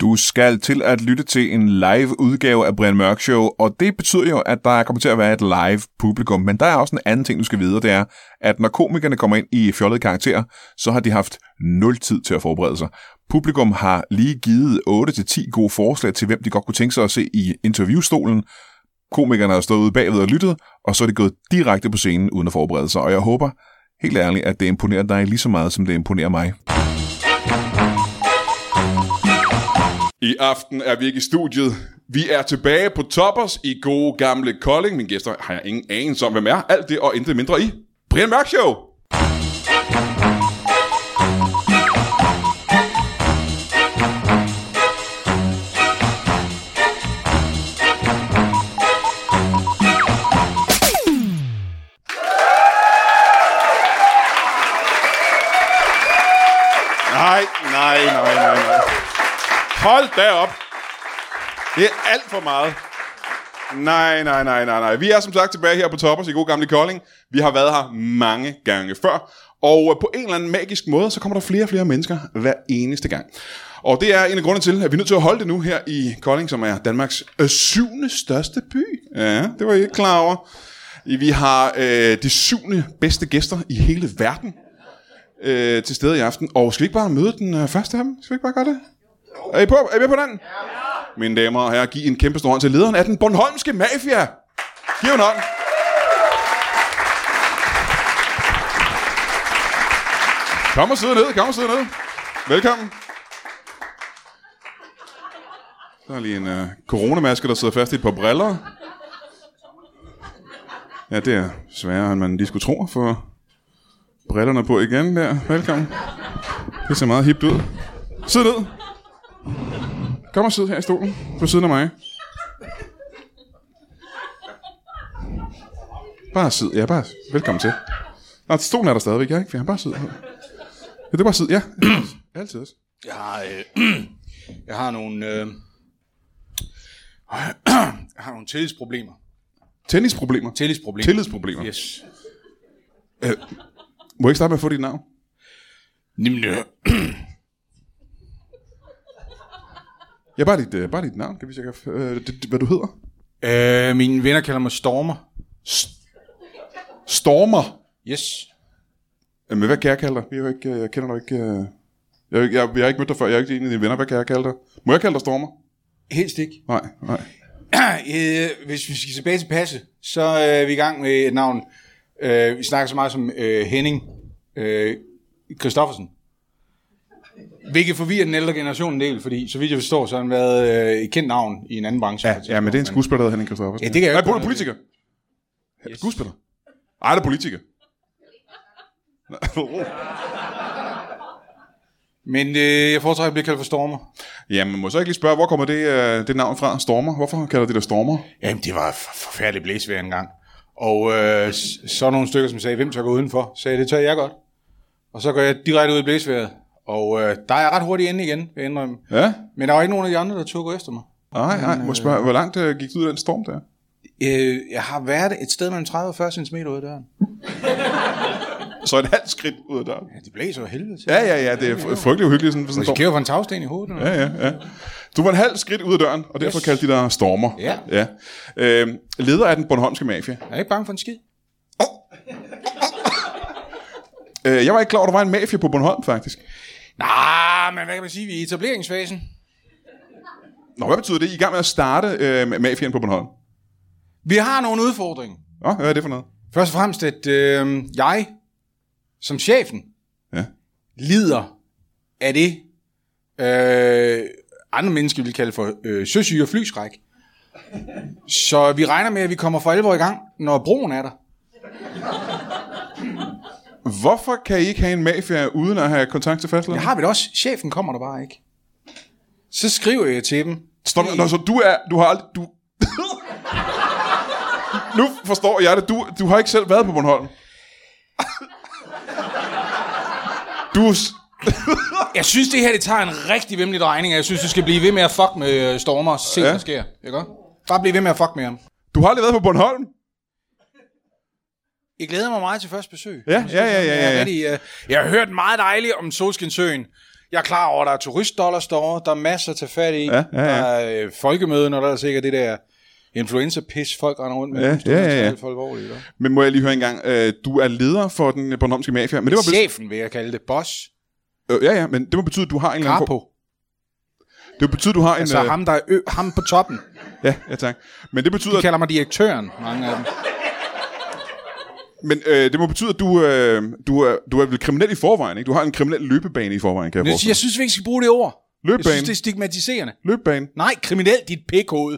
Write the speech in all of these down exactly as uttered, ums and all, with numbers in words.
Du skal til at lytte til en live udgave af Brian Mørk Show, og det betyder jo, at der kommer til at være et live publikum. Men der er også en anden ting, du skal vide, det er, at når komikerne kommer ind i fjollede karakterer, så har de haft nul tid til at forberede sig. Publikum har lige givet otte til ti gode forslag til, hvem de godt kunne tænke sig at se i interviewstolen. Komikerne har stået ude bagved og lyttet, og så er de gået direkte på scenen uden at forberede sig. Og jeg håber helt ærligt, at det imponerer dig lige så meget, som det imponerer mig. I aften er vi ikke i studiet. Vi er tilbage på Toppers i gode gamle Kolding. Mine gæster har jeg ingen anelse om, hvem er. Alt det og intet mindre i Brian Mørk Show. Nej, nej, nej, nej, nej. Hold da op. Det er alt for meget. Nej, nej, nej, nej, nej. Vi er som sagt tilbage her på Toppers i god gamle Kolding. Vi har været her mange gange før. Og på en eller anden magisk måde, så kommer der flere og flere mennesker hver eneste gang. Og det er en af grundene til, at vi er nødt til at holde det nu her i Kolding, som er Danmarks øh, syvende største by. Ja, det var I ikke klar over. Vi har øh, de syvende bedste gæster i hele verden øh, til stede i aften. Og skal vi ikke bare møde den øh, første af dem? Skal vi ikke bare gøre det? Er I, på? Er I med på den? Ja. Mine damer og herrer, giv en kæmpe stor hånd til lederen af den Bornholmske Mafia. Giv en hånd. Kom og sidde ned, kom og sidde ned. Velkommen. Der er lige en uh, coronamaske, der sidder fast i et par briller. Ja, det er sværere, end man lige skulle tro, for brillerne på igen der. Velkommen. Det ser meget hipt ud. Sid ned. Kom og sid her i stolen, på siden af mig. Bare sid, ja, bare velkommen til. Nå, stolen er der stadigvæk, ja, ikke? For jeg bare sid her. Ja, det er bare sid, ja. Altid også. Jeg har, øh, jeg har nogle, øh, jeg har nogle tillidsproblemer. Tennisproblemer? Tillidsproblemer. Tillidsproblemer? Yes. Øh, må jeg ikke starte med at få dit navn? Nemlig. Ja, bare dit, uh, bare dit navn, kan vi sikkert, uh, det, det, hvad du hedder? Øh, mine venner kalder mig Stormer. St- Stormer? Yes. Uh, men hvad kan jeg kalde dig? Jeg, jo ikke, jeg kender dig ikke. Uh... Jeg, jeg, jeg har ikke mødt dig før, jeg er ikke en af dine venner. Hvad kan jeg kalde dig? Må jeg kalde dig Stormer? Helst ikke. Nej, nej. øh, hvis vi skal tilbage til passe, så er vi i gang med et navn. Øh, vi snakker så meget som øh, Henning øh, Christoffersen. Hvilket forvirrer den ældre generation en del, fordi så vidt jeg forstår, så har han været øh, et kendt navn i en anden branche. Ja, ja, men det er en skuespiller, der hedder Henning Christoffersen. Ja, det kan jeg jo. Nej, politiker. Yes. Skuespiller. Ej, det er politiker. Men øh, jeg foretrækker at blive kaldt for Stormer. Jamen, må så ikke lige spørge, hvor kommer det, øh, det navn fra? Stormer? Hvorfor kalder de det Stormer? Jamen, det var for- forfærdeligt blæsvejr engang. Og øh, så nogle stykker, som sagde, hvem tør gå udenfor? Sagde, det tør jeg godt. Og så går jeg direkte ud i blæsvejret. Og øh, der er jeg ret hurtigt inde igen, vil jeg indrømme. Ja? Men der var ikke nogen af de andre, der tog gå efter mig. Nej, nej, må jeg spørge, hvor langt øh, gik du ud af den storm der? Øh, jeg har været et sted mellem tredive og fyrre centimeter ud af døren. Så et halvt skridt ud af døren. Ja, det blæser jo helvede til. Ja, ja, ja, det er fr- frygteligt uhyggeligt sådan, sådan Og storm. så kæver for en tagsten i hovedet. Ja, ja, ja. Du var en halv skridt ud af døren, og derfor Yes. kaldte de dig Stormer. Ja. ja. Øh, leder af den Bornholmske Mafia. Jeg er ikke bange for en skid. Øh, jeg var ikke klar over, der var en mafia på Bornholm, faktisk. Nej, men hvad kan man sige? Vi er i etableringsfasen. Nå, hvad betyder det? I er i gang med at starte øh, mafiaen på Bornholm? Vi har nogle udfordringer. Nå, hvad er det for noget? Først og fremmest, at øh, jeg, som chefen, Ja. lider af det, øh, andre mennesker vil kalde for øh, søsyge og flyskræk. Så vi regner med, at vi kommer for alvor i gang, når broen er der. Hvorfor kan I ikke have en mafia uden at have kontakt til fastlandet? Det har vi da også. Chefen kommer der bare ikke. Så skriver jeg til dem. Stop, nå, så du er, du har aldrig, du... Nu forstår jeg det, du, du har ikke selv været på Bornholm. Du... Jeg synes, det her det tager en rigtig vemmelig drejning, og jeg synes, du skal blive ved med at fuck med Stormer og se, hvad Ja. der sker. Ikke? Bare blive ved med at fuck med ham. Du har aldrig været på Bornholm? Jeg glæder mig meget til første besøg. Ja, ja, ja, ja, ja, ja. Jeg, rigtig, uh, jeg har hørt meget dejligt om Solskinsøen. Jeg er klar over, at der er turistdollars derovre, der er masser at tage fat i. Ja, ja, ja. Der er øh, folkemøden, og der er sikkert det der influenza-pis, folk render rundt med. Ja, ja, ja, ja. For alvorligt, Men må jeg lige høre en gang, øh, du er leder for den bornholmske mafia. Men det var chefen, vil jeg kalde det. Boss. Øh, ja, ja, men det må betyde, at du har en eller anden... Capo. Det må betyde, at du har altså, en... Altså ham, der er ø- ham på toppen. Ja, ja tak. Men det betyder... De kalder mig direktøren, mange af dem. Men øh, det må betyde, at du, øh, du, er, du er vel kriminel i forvejen, ikke? Du har en kriminel løbebane i forvejen, kan jeg forestille. Jeg synes, vi ikke skal bruge det ord. Løbebane? Jeg synes, det er stigmatiserende. Løbebane? Nej, kriminel, dit pikhoved.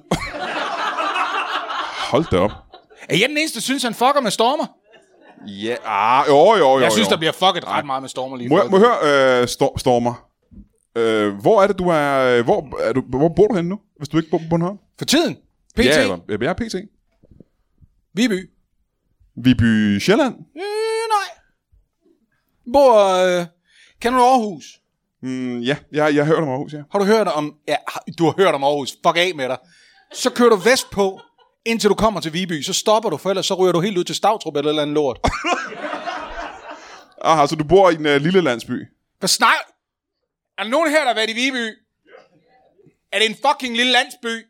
Hold da op. Er jeg den eneste, der synes, han fucker med Stormer? Ja, ah, jo, jo, jo. Jeg synes, jo. der bliver fucket ret meget med Stormer lige Må, må jeg høre, øh, Stor- Stormer, øh, hvor er det, du er, hvor, er du, hvor bor du henne nu, hvis du ikke bor på Bornholm? For tiden? P T? Ja, eller, jeg er P T. Viby? Viby Sjælland? Øh, nej. Bor, øh, kender du Aarhus? Mm, ja, jeg, jeg har hørt om Aarhus, ja. Har du hørt om, ja, du har hørt om Aarhus, fuck af med dig. Så kører du vest på, indtil du kommer til Viby, så stopper du, for ellers så ryger du helt ud til Stavtrup eller et eller andet lort. Aha, så du bor i en uh, lille landsby? Hvad snak? Er der nogen her, der har været i Viby? Er det en fucking lille landsby?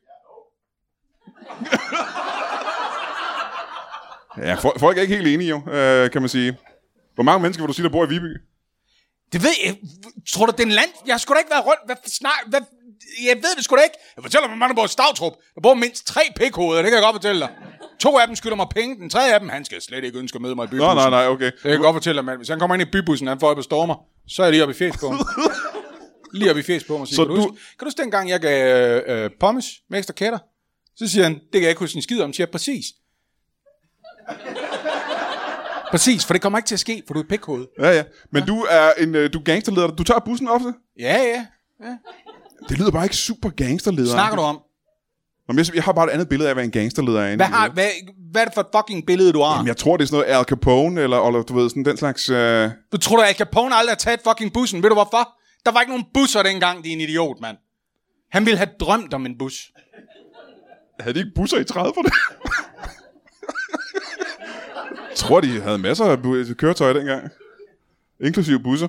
Ja, folk, folk er ikke helt enige jo, øh, kan man sige. Hvor mange mennesker vil du sige, der bor i Viby? Det ved jeg. Tror du, det er en land? Jeg har sgu da ikke været rundt. Hvad snak? Hvad? Jeg ved det sgu da ikke. Jeg fortæller mig, hvor mange der bor i Stavtrup. Der bor mindst tre pikhoveder, det kan jeg godt fortælle dig. To af dem skylder mig penge. Den tredje af dem, han skal slet ikke ønske at møde mig i bybussen. Nå, nej, nej, okay. Det kan jeg godt fortælle dig, mand. Hvis han kommer ind i bybussen, han får op og Stormer, så er jeg lige oppe i fjes på ham. Lige oppe i fjes på ham og siger, så kan, du... du huske, kan du huske dengang, jeg gav øh, pommes med ekstra kætter? Så siger han, det kan jeg ikke huske en skid om. Så siger jeg, præcis. Præcis, for det kommer ikke til at ske, for du er et pikhoved. Ja, ja. Men ja. du er en du er gangsterleder. Du tager bussen ofte? Ja, ja. ja. Det lyder bare ikke super gangsterleder. Snakker du om? Nå, jeg, jeg har bare et andet billede af, hvad en gangsterleder er. Hvad, har, hvad, hvad er det for et fucking billede, du har? Jamen, jeg tror, det er sådan noget Al Capone, eller, eller du ved, sådan den slags... Øh... Du tror, at Al Capone aldrig har taget fucking bussen? Ved du hvorfor? Der var ikke nogen busser dengang, din idiot, mand. Han ville have drømt om en bus. Havde de ikke busser i trediverne? Jeg tror, de havde masser af køretøjer dengang. Inklusive busser.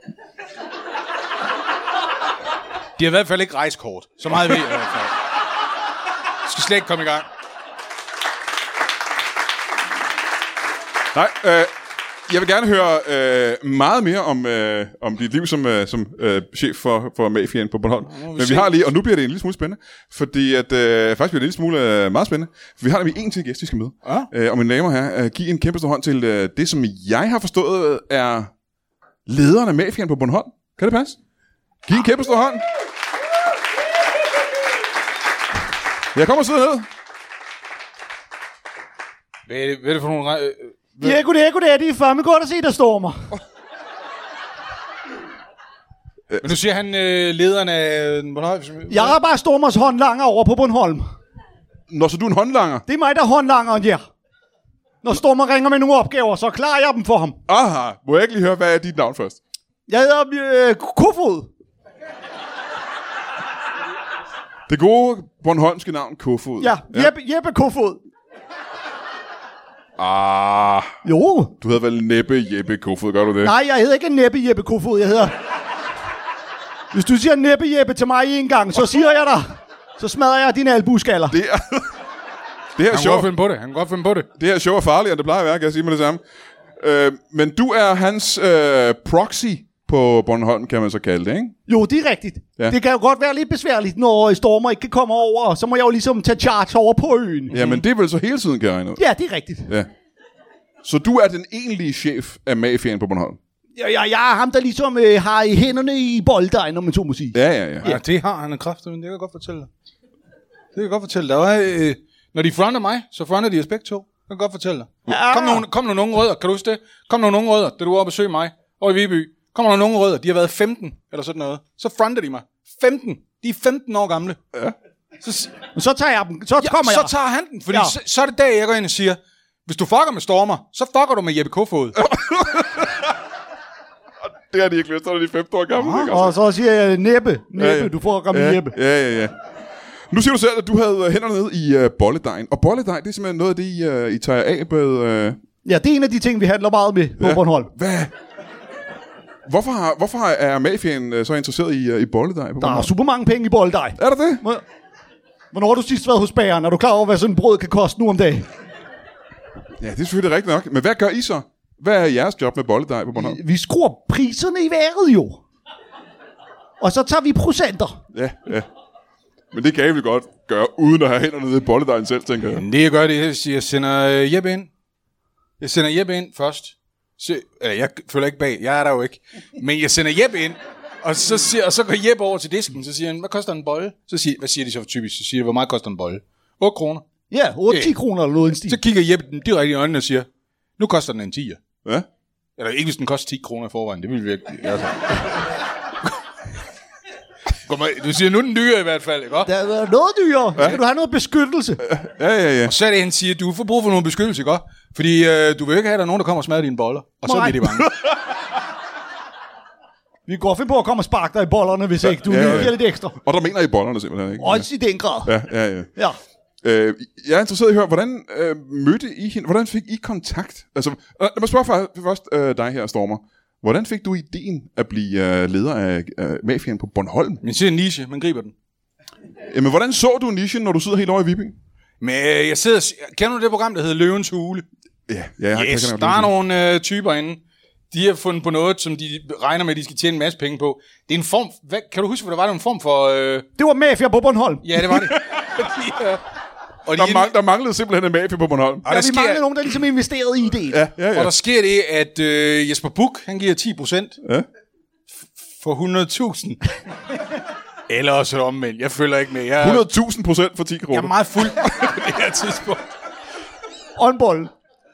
De har i hvert fald ikke rejskort. Så meget ved jeg i hvert fald. Jeg skal slet ikke komme i gang. Nej, øh, jeg vil gerne høre øh, meget mere om, øh, om dit liv som, øh, som øh, chef for, for mafiaen på Bornholm. Vi Men vi har lige, og nu bliver det en lille smule spændende, fordi at, øh, faktisk bliver det en lille smule øh, meget spændende. For vi har nemlig en til gæst, vi skal møde. Ja. Øh, og mine damer her, øh, giv en kæmpe stor hånd til øh, det, som jeg har forstået er lederen af mafiaen på Bornholm. Kan det passe? Giv en kæmpe stor hånd. Jeg kommer og sidder ned. Hvad er det, hvad er det for nogle... Øh, hvad? Ja, goddag, goddag. Det er fandme godt at se, der Stormer. Men nu siger han øh, lederen af Bornholm. Jeg er bare Stormers håndlanger over på Bornholm. Nå, så du er en håndlanger? Det er mig, der er håndlangeren, ja. Når Stormer ringer med nogle opgaver, så klarer jeg dem for ham. Aha, må jeg ikke lige høre, hvad er dit navn først? Jeg hedder øh, Kofod. Det gode bornholmske navn, Kofod. Ja, Jeppe, ja. Jeppe Kofod. Ah. Jo. Du hedder vel næppe Jeppe Kofod, gør du det? Nej, jeg hedder ikke næppe Jeppe Kofod, jeg hedder... Hvis du siger næppe Jeppe til mig en gang, så siger jeg dig, så smadrer jeg dine albueskaller. Det er... Det her han show... kan godt finde på det, han kan godt finde på det. Det her show er farligere, end det plejer at være, kan jeg sige med det samme. Øh, men du er hans øh, proxy på Bornholm, kan man så kalde det, ikke? Jo, det er rigtigt. Ja. Det kan jo godt være lidt besværligt, når Stormer ikke kan komme over, så må jeg jo ligesom tage charge over på øen. Ja, men det er vel så hele tiden, kan jeg regne ud. Ja, det er rigtigt. Ja. Så du er den egentlige chef af mafiaen på Bornholm? Ja, ja, jeg er ham, der ligesom øh, har i hænderne i bolddejen, om man så må sige. Ja, ja, ja. Ja, det har han en kraft, men det kan jeg godt fortælle dig. Det kan jeg godt fortælle dig. Der er, øh, når de fronter mig, så fronter de os begge to. Det kan jeg godt fortælle dig. Ja. Kom, nogle, kom nogle unge rødder, kan du huske det? Kom nogle unge rødder, da du var oppe og besøge mig over i Viby. Kom nogle unge rødder, de har været femten, eller sådan noget. Så fronter de mig. femten. De er femten år gamle. Ja. Så, så tager jeg dem. Så ja, kommer så jeg. Så tager han den, fordi ja. så, så er det dag, jeg går ind og siger, hvis du fucker med Stormer, så fucker du med Jeppe Kofod. Det har de ikke lyst til, når de er femten år gamle. Ja, og så siger jeg, næppe, næppe, ja, ja. Du får gamle ja, Jeppe. Ja, ja, ja. Nu siger du selv, at du havde hænderne nede i uh, bolledejen. Og bolledej, det er simpelthen noget af det, I, uh, I tager af med... Uh... Ja, det er en af de ting, vi handler meget med på ja. Bornholm. Hvad? Hvorfor, har, hvorfor er mafiaen øh, så interesseret i, uh, i bolledej? På Der er super mange penge i bolledej. Er der det? Hvornår har du sidst været hos bageren? Er du klar over, hvad sådan en brød kan koste nu om dagen? Ja, det er selvfølgelig rigtigt nok. Men hvad gør I så? Hvad er jeres job med bolledej på Bornholm? Vi, vi skruer priserne i vejret jo. Og så tager vi procenter. Ja, ja. Men det kan I vel godt gøre, uden at have hænderne nede i bolledejen selv, tænker jeg. Men det jeg gør, det er, at jeg sender uh, Jeppe ind. Jeg sender Jeppe ind først. Så, uh, jeg følger ikke bag, jeg er der jo ikke. Men jeg sender Jeppe ind, og så, siger, og så går Jeppe over til disken, så siger han, hvad koster en bolle? Så siger, hvad siger de så typisk? Så siger de, hvor meget koster en bolle? otte kroner. Ja, otte til ti kroner eller noget i en stil. Så kigger Jeppe den direkte i øjnene og siger, nu koster den en tier. Ja? Eller ikke, hvis den koster ti kroner i forvejen, det vil vi ikke. Altså. Du siger, nu er den dyre i hvert fald, ikke? Der er noget dyrere. Ja. Skal du have noget beskyttelse? Ja, ja, ja. Og så er det, han siger, du får brug for noget beskyttelse, ikke? Fordi øh, du vil ikke have, at der er nogen, der kommer og smadrer dine boller. Og så Nej. bliver de bange. Vi kan godt finde på at komme og sparke dig i bollerne, hvis ikke du ja, ja, ja. Giver lidt ekstra. Og der mener I bollerne simpelthen, ikke? Også i den grad. Ja, ja, ja. Ja. Øh, jeg er interesseret i at høre, hvordan øh, mødte I hende? Hvordan fik I kontakt? Altså, øh, lad mig spørge for, først øh, dig her, Stormer. Hvordan fik du ideen at blive øh, leder af øh, mafiaen på Bornholm? Man siger en niche, man griber den. Jamen, hvordan så du nichen, når du sidder helt over i Viby? Men øh, jeg sidder... Kender du det program, der hedder Løvens Hule? Ja, ja jeg har yes, der er nogle øh, typer inde. De har fundet på noget, som de regner med, at de skal tjene en masse penge på. Det er en form... Hvad, kan du huske, hvad der var? En form for... Øh... Det var mafia på Bornholm. Ja, det var det. ja. Og der, de mang- der manglede simpelthen en mafia på Bornholm. Og ja, der vi sker... manglede nogen, der ligesom investerede i ideen. Ja, ja, ja. Og der sker det, at øh, Jesper Buch, han giver ti procent ja. f- for hundrede tusind. Eller også omvendt. Jeg følger ikke med. Jeg... hundrede tusind procent for ti kroner. Jeg er meget fuld på det her tidspunkt. Og en bold.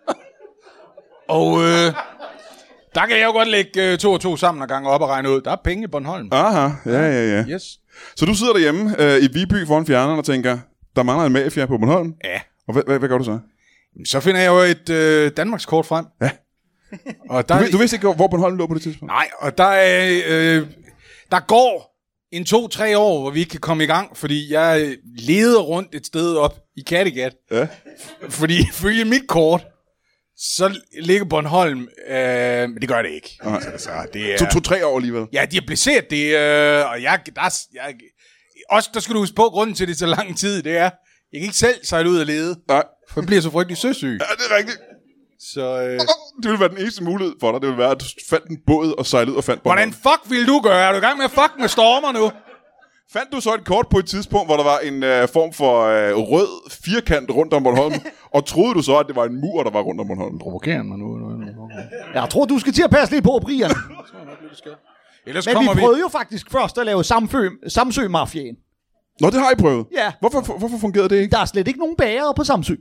Og øh, der kan jeg jo godt lægge øh, to og to sammen og gange op og regne ud. Der er penge i Bornholm. Aha, ja, ja, ja. Yes. Så du sidder derhjemme øh, i Viby foran fjerneren og tænker, der mangler en mafia på Bornholm? Ja. Og hvad, hvad, hvad gør du så? Så finder jeg jo et øh, Danmarks kort frem. Ja. Og der, du, du vidste ikke, hvor Bornholm lå på det tidspunkt? Nej, og der er, øh, der går en to-tre år, hvor vi ikke kan komme i gang, fordi jeg leder rundt et sted op i Kattegat. Ja. Fordi ifølge mit kort, så ligger Bornholm, øh, men det gør det ikke. Altså, så det er, to, to-tre år alligevel? Ja, de har placeret det, øh, og jeg, der, jeg, også der skal du huske på, grunden til det så lang tid, det er, jeg kan ikke selv sejle ud og lede, nej, for jeg bliver så frygtelig søsyg. Ja, det er rigtigt. Så, øh... det ville være den eneste mulighed for dig, det ville være, at du fandt en båd og sejlede ud og fandt Bornholm. Hvordan fuck ville du gøre? Er du i gang med at fuck med Stormer nu? Fandt du så et kort på et tidspunkt, hvor der var en øh, form for øh, rød firkant rundt om Bornholm, og troede du så, at det var en mur, der var rundt om Bornholm? Provokerer mig nu? Jeg tror, du skal til at passe lidt på, Brian. Ellers Men vi prøvede vi... jo faktisk først at lave Samsø, Samsø-mafiaen. Nå, det har I prøvet? Ja. Hvorfor, for, hvorfor fungerede det ikke? Der er slet ikke nogen bagere på Samsø.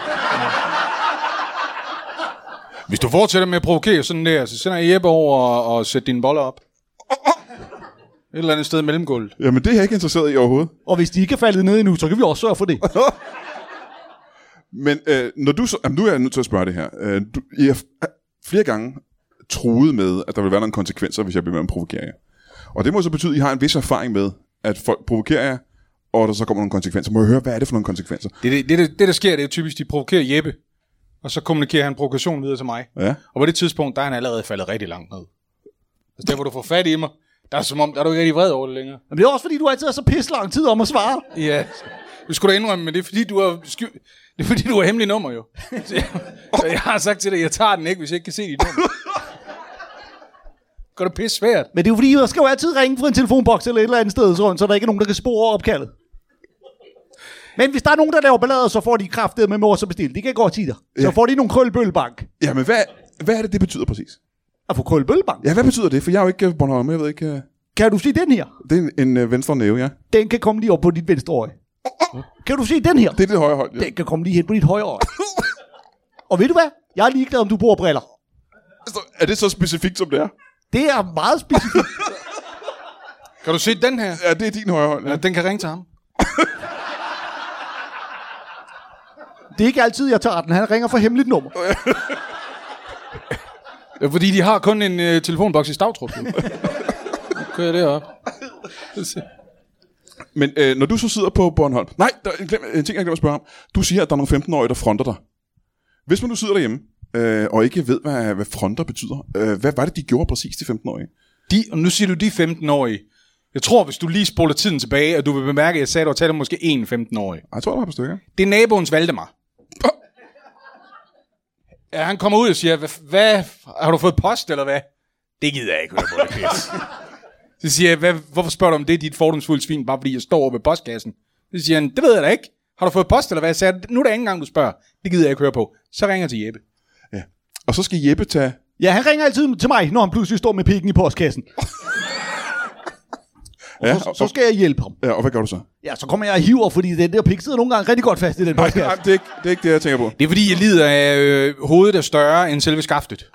Hvis du fortsætter med at provokere sådan der, så sender jeg Jeppe over og, og sætter dine boller op. Et eller andet sted mellem gulvet. Jamen, det er jeg ikke interesseret i overhovedet. Og hvis de ikke er faldet ned endnu, så kan vi også sørge for det. Men øh, når du så... Jamen, nu er jeg nødt til at spørge det her. Øh, du, I har flere gange truet med, at der vil være nogle konsekvenser, hvis jeg bliver med at provokere jer. Og det må så betyde, at I har en vis erfaring med, at folk provokerer jer, og der så kommer nogle konsekvenser. Må jeg høre, hvad er det for nogle konsekvenser? Det, det, det, det der sker, det er typisk, de provokerer Jeppe, og så kommunikerer han provokation videre til mig. Ja. Og på det tidspunkt, der er han allerede faldet rigtig langt ned. Altså der, hvor du får fat i mig, der er som om, der er du ikke rigtig vred over det længere. Men det er også fordi, du altid har så pisse lang tid om at svare. Ja, det skulle da indrømme, men det er fordi, du har sky... det er fordi, du har hemmelig nummer jo. Så jeg, så jeg har sagt til dig, jeg tager den ikke, hvis jeg ikke kan se dit nummer. Går det pisse svært. Men det er jo fordi, der skal jo altid ringe fra en telefonboks eller et eller andet sted, så der ikke er nogen, der kan spore opkaldet. Men hvis der er nogen, der laver ballader, så får de kraftet med mors og bestil. Det kan godt sige dig. Så ja. Får de nogle krøllebøllebank. Ja, men hvad, hvad er det, det betyder præcis? At få krøllebøllebank? Ja, hvad betyder det? For jeg er jo ikke Bornholm, jeg ved ikke... Uh... Kan du sige den her? Det er en, en uh, venstre næve, ja. Den kan komme lige op på dit venstre øje. Oh, oh. Kan du sige den her? Det er det højre hold, ja. Den kan komme lige hen på dit højre øje. Og ved du hvad? Jeg er ligeglad, om du bruger briller. Altså, er det så specifikt, som det er? Det er meget specifikt. Kan du se den her? Ja, det er din højre hånd. Ja. Ja, den kan ringe til ham. Det er ikke altid, jeg tager den. Han ringer for hemmeligt nummer. Ja, fordi de har kun en øh, telefonboks i Stavtrup. Kører det op. Men øh, når du så sidder på Bornholm... Nej, der er en, glem, en ting, jeg glemmer at spørge om. Du siger, at der er nogle femten-årige, der fronter dig. Hvis man nu sidder derhjemme øh, og ikke ved, hvad, hvad fronter betyder. Øh, hvad var det, de gjorde præcis, de femten-årige? De, og nu siger du de femten-årige. Jeg tror, hvis du lige spoler tiden tilbage, og du vil bemærke, at jeg sagde, at du har talt om måske en femten-årig. Jeg tror, der var på stykker. Det er naboens Valdemar. Ja, han kommer ud og siger, hvad, hvad, har du fået post, eller hvad? Det gider jeg ikke høre på, det pis. Så siger jeg, hvad, hvorfor spørger du om det, dit fordomsfulde svin, bare fordi jeg står over ved postkassen? Så siger han, det ved jeg da ikke. Har du fået post, eller hvad? Jeg sagde, nu er der ingen gang, du spørger. Det gider jeg ikke høre på. Så ringer jeg til Jeppe. Ja. Og så skal Jeppe tage... Ja, han ringer altid til mig, når han pludselig står med pikken i postkassen. Ja, så, så skal jeg hjælpe ham. Ja, og hvad gør du så? Ja, så kommer jeg og hiver, fordi den der pik sidder nogle gange rigtig godt fast i den Nej, postkasse. nej, det er, ikke, det er ikke det, jeg tænker på. Det er fordi, jeg lider af øh, hovedet er større end selve skaftet.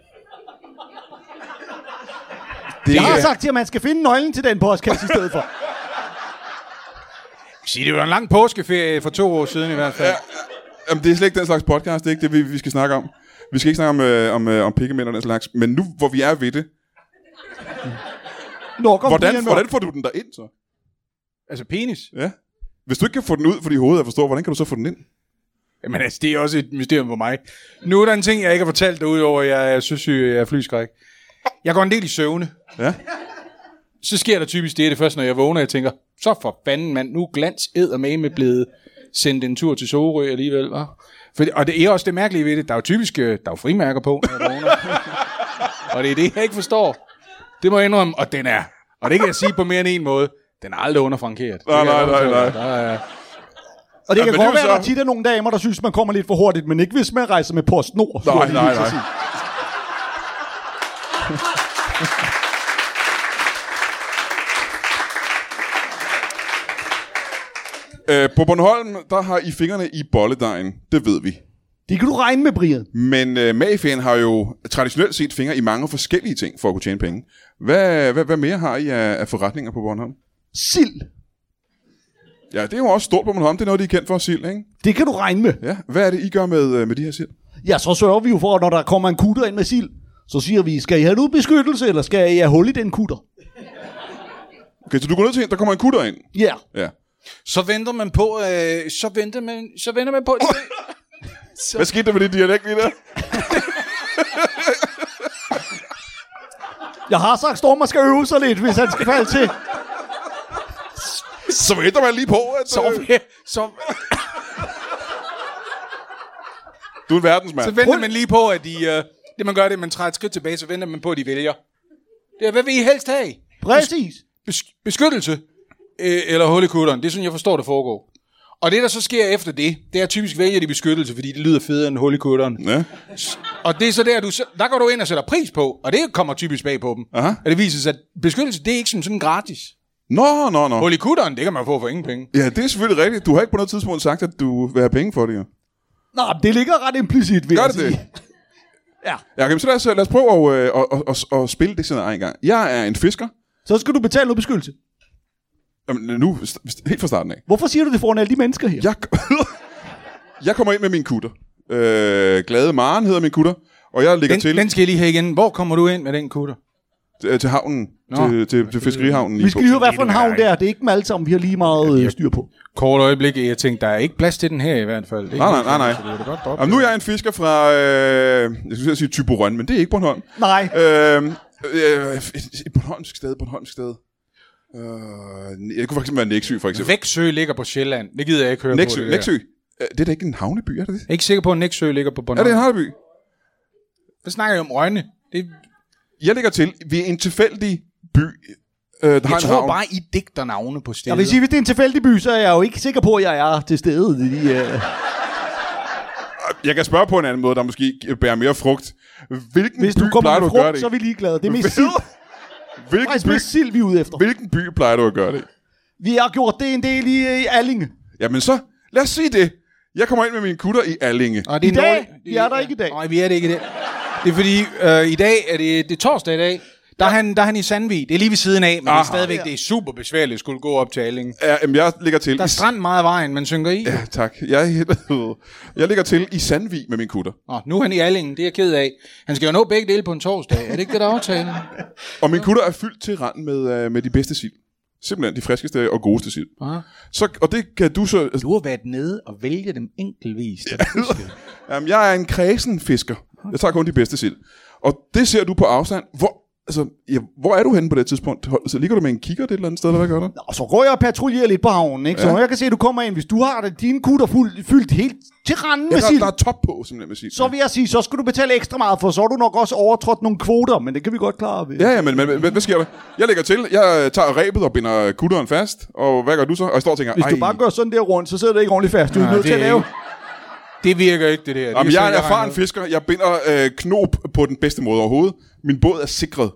Det jeg har er... sagt til, at man skal finde nøglen til den postkasse i stedet for. Sig, det var en lang påskeferie for to år siden i hvert fald. Ja, jamen, det er slet ikke den slags podcast, det er ikke det, vi, vi skal snakke om. Vi skal ikke snakke om, øh, om, øh, om pikkemænd og den slags. Men nu, hvor vi er ved det... Nå, hvordan, hvordan får du den der ind så? Altså penis? Ja. Hvis du ikke kan få den ud, fordi hovedet er for stor, hvordan kan du så få den ind? Jamen altså, det er også et mysterium for mig. Nu er der en ting, jeg ikke har fortalt dig, udover at jeg er søsyg, jeg er flyskræk. Jeg går en del i søvne. Ja. Så sker der typisk det, det først, når jeg vågner, jeg tænker, så for fanden mand, nu glans eddermame blevet sendt en tur til Sorø alligevel, hva'? For, og det er også det mærkelige ved det, der er jo typisk, der er jo frimærker på, når jeg vågner. Og det er det, jeg ikke forstår. Det må jeg indrømme, og den er, og det kan jeg sige på mere end en måde, den er aldrig underfrankeret. Nej, nej, nej, nej. Der er, og det ja, kan godt være, så... at der tit er nogle damer, der synes, man kommer lidt for hurtigt, men ikke hvis man rejser med PostNord. Nej, nej, nej. øh, på Bornholm, der har I fingrene i bolledejen. Det ved vi. Det kan du regne med, Brian. Men øh, mafiaen har jo traditionelt set fingre i mange forskellige ting for at kunne tjene penge. Hvad, hvad, hvad mere har I af, af forretninger på Bornholm? Sild. Ja, det er jo også stort på Bornholm. Det er noget, de er kendt for, sild, ikke? Det kan du regne med. Ja. Hvad er det, I gør med, med de her sild? Ja, så sørger vi jo for, at når der kommer en kutter ind med sild, så siger vi, skal I have noget beskyttelse, eller skal I have hul i den kutter? Okay, så du går ned til en, der kommer en kutter ind? Ja. Yeah. Ja. Så venter man på, øh, så venter man, så venter man på... Oh. Så... Hvad skete der med det dialekt lige der? Jeg har sagt, Stormer skal øve sig lidt, hvis han skal falde til. Så venter man lige på, at... Så, så... Du er en verdensmand. Så venter man lige på, at de... Øh, det man gør, det man træder et skridt tilbage, så venter man på, at de vælger. Det er, hvad vil I helst have? Præcis. Bes- beskyttelse øh, eller hul i kutteren. Det er sådan, jeg forstår, det foregår. Og det, der så sker efter det, det er typisk vælger de beskyttelse, fordi det lyder federe end hul i kutteren. Ja. Og det er så der, du, der går du ind og sætter pris på, og det kommer typisk bag på dem. Aha. Og det viser sig, at beskyttelse, det er ikke sådan, sådan gratis. Nå, nå, nå. Hul i kutteren, det kan man få for ingen penge. Ja, det er selvfølgelig rigtigt. Du har ikke på noget tidspunkt sagt, at du vil have penge for det, jo. Nå, det ligger ret implicit, vil Gør jeg det sige. det? Ja. Ja, okay, så lad os, lad os prøve at, at, at, at, at spille det sådan en gang. Jeg er en fisker. Så skal du betale noget beskyttelse. Jamen, nu, helt fra starten af. Hvorfor siger du det foran alle de mennesker her? Jeg, jeg kommer ind med min kutter. Øh, Glade Maren hedder min kutter. Og jeg ligger den, til... Den skal jeg lige have igen. Hvor kommer du ind med den kutter? Til, til havnen. Til, til, til fiskerihavnen. Vi skal lige høre, hvad for en havn der. Det er ikke dem alle sammen, vi har lige meget øh, styr på. Kort øjeblik, jeg tænkte, der er ikke plads til den her i hvert fald. Det nej, nej, nej, nej. Jamen, nu er jeg en fisker fra, øh, jeg skulle sige Thyborøn, men det er ikke Bornholm. Nej. Øh, øh, et Bornholmsk sted, Bornholmsk sted. Øh, jeg kunne faktisk være Nexø, for eksempel. Væksø ligger på Sjælland. Det gider jeg ikke høre Nexø, på. Det Nexø. Det er da ikke en havneby, er det det? Jeg er ikke sikker på, at Nexø ligger på Bornholm. Er det en havneby? Hvad snakker jeg om? Rønne? Det... Jeg ligger til, vi er en tilfældig by, øh, der jeg har en tror havn. bare, I digter navne på steder. Jeg vil sige, hvis det er en tilfældig by, så er jeg jo ikke sikker på, at jeg er til stede. De, uh... Jeg kan spørge på en anden måde, der måske bærer mere frugt. Hvilken Hvis by du kommer plejer med du at gøre frugt, det? så er vi ligeglade. Det er mest sild. Hvilken Faktisk by, mest sild, vi er ude efter. hvilken by plejer du at gøre det? Vi har gjort det en del i, i Allinge. Jamen så, lad os sige det. Jeg kommer ind med min kutter i Allinge. Og det er I dag? nordlig- Vi er der ikke i dag. Nej, vi er det ikke i dag. Det er fordi, øh, i dag er det, det er torsdag i dag. Der er, han, der er han i Sandvig. Det er lige ved siden af, men Aha, det er stadigvæk ja. det er super besværligt at skulle gå op til Allinge. Ja, jamen, jeg ligger til... Der er strand meget af vejen, man synker i. Ja, tak. Jeg, jeg ligger til i Sandvig med min kutter. Nå, nu er han i Allinge, det er jeg ked af. Han skal jo nå begge dele på en torsdag. Er det ikke det, der er aftalen? Og min kutter er fyldt til randen med, uh, med de bedste sild. Simpelthen de friskeste og godeste sild. Aha. Så, og det kan du så... Du har været nede og vælge dem enkeltvis. Jamen, jeg er en kredsen fisker. Jeg tager kun de bedste sild. Og det ser du på afstand. Hvor, altså, ja, hvor er du henne på det tidspunkt? Så ligger du med en kigger et eller andet sted, eller hvad gør du? Og så går jeg og patruljerer lidt på havnen, ikke? Så Ja. jeg kan se, at du kommer ind. Hvis du har det, dine kutter fuld, fyldt helt til randen Ja, med der, sild, der er top på, simpelthen med sild. så vil jeg sige, så skal du betale ekstra meget, for så har du nok også overtrådt nogle kvoter, men det kan vi godt klare ved. Ja, ja, men, men, men hvad sker der? Jeg lægger til, jeg tager rebet og binder kutteren fast, og hvad gør du så? Og jeg står og tænker, Hvis du bare gør sådan der rundt, så sidder det ikke ordentligt fast. Du er Nej, nødt til det at er lave... ikke- Det virker ikke, det der. Det Jamen, er jeg er en sådan, erfaren regner fisker. Jeg binder øh, knop på den bedste måde overhovedet. Min båd er sikret.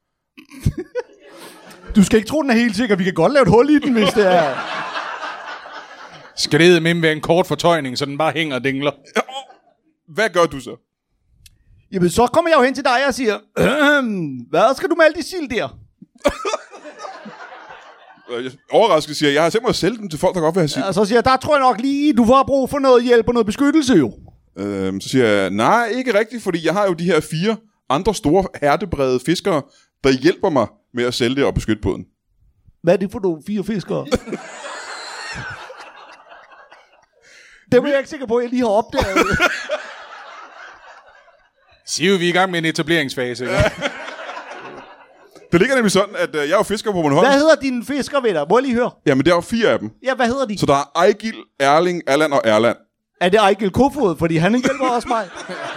Du skal ikke tro, den er helt sikker. Vi kan godt lave et hul i den, hvis det er... ud. Skal det med være en kort fortøjning, så den bare hænger og dingler? Hvad gør du så? Jamen, så kommer jeg jo hen til dig og siger, hvad skal du med alle de sild der? Øh, Jeg overrasket siger, jeg har tænkt mig at sælge dem til folk, der godt vil have sild. Og så siger jeg, der tror jeg nok lige, du får brug for noget hjælp og noget beskyttelse jo. Øhm, så siger jeg, nej, ikke rigtigt, fordi jeg har jo de her fire andre store hærdebrede fiskere, der hjælper mig med at sælge det og beskytte båden. Hvad er det for nogle fire fiskere? Det er jeg ikke sikker på, at jeg lige har opdaget. Siger vi er i gang med en etableringsfase. Ja. Det ligger nemlig sådan, at øh, jeg er jo fisker på Bornholm. Hvad hedder dine fisker, ved dig? Må jeg lige høre? Jamen, der er jo fire af dem. Ja, hvad hedder de? Så der er Ejgil, Erling, Allan og Erland. Er det Ejgil Kofod? Fordi han hjælper også mig.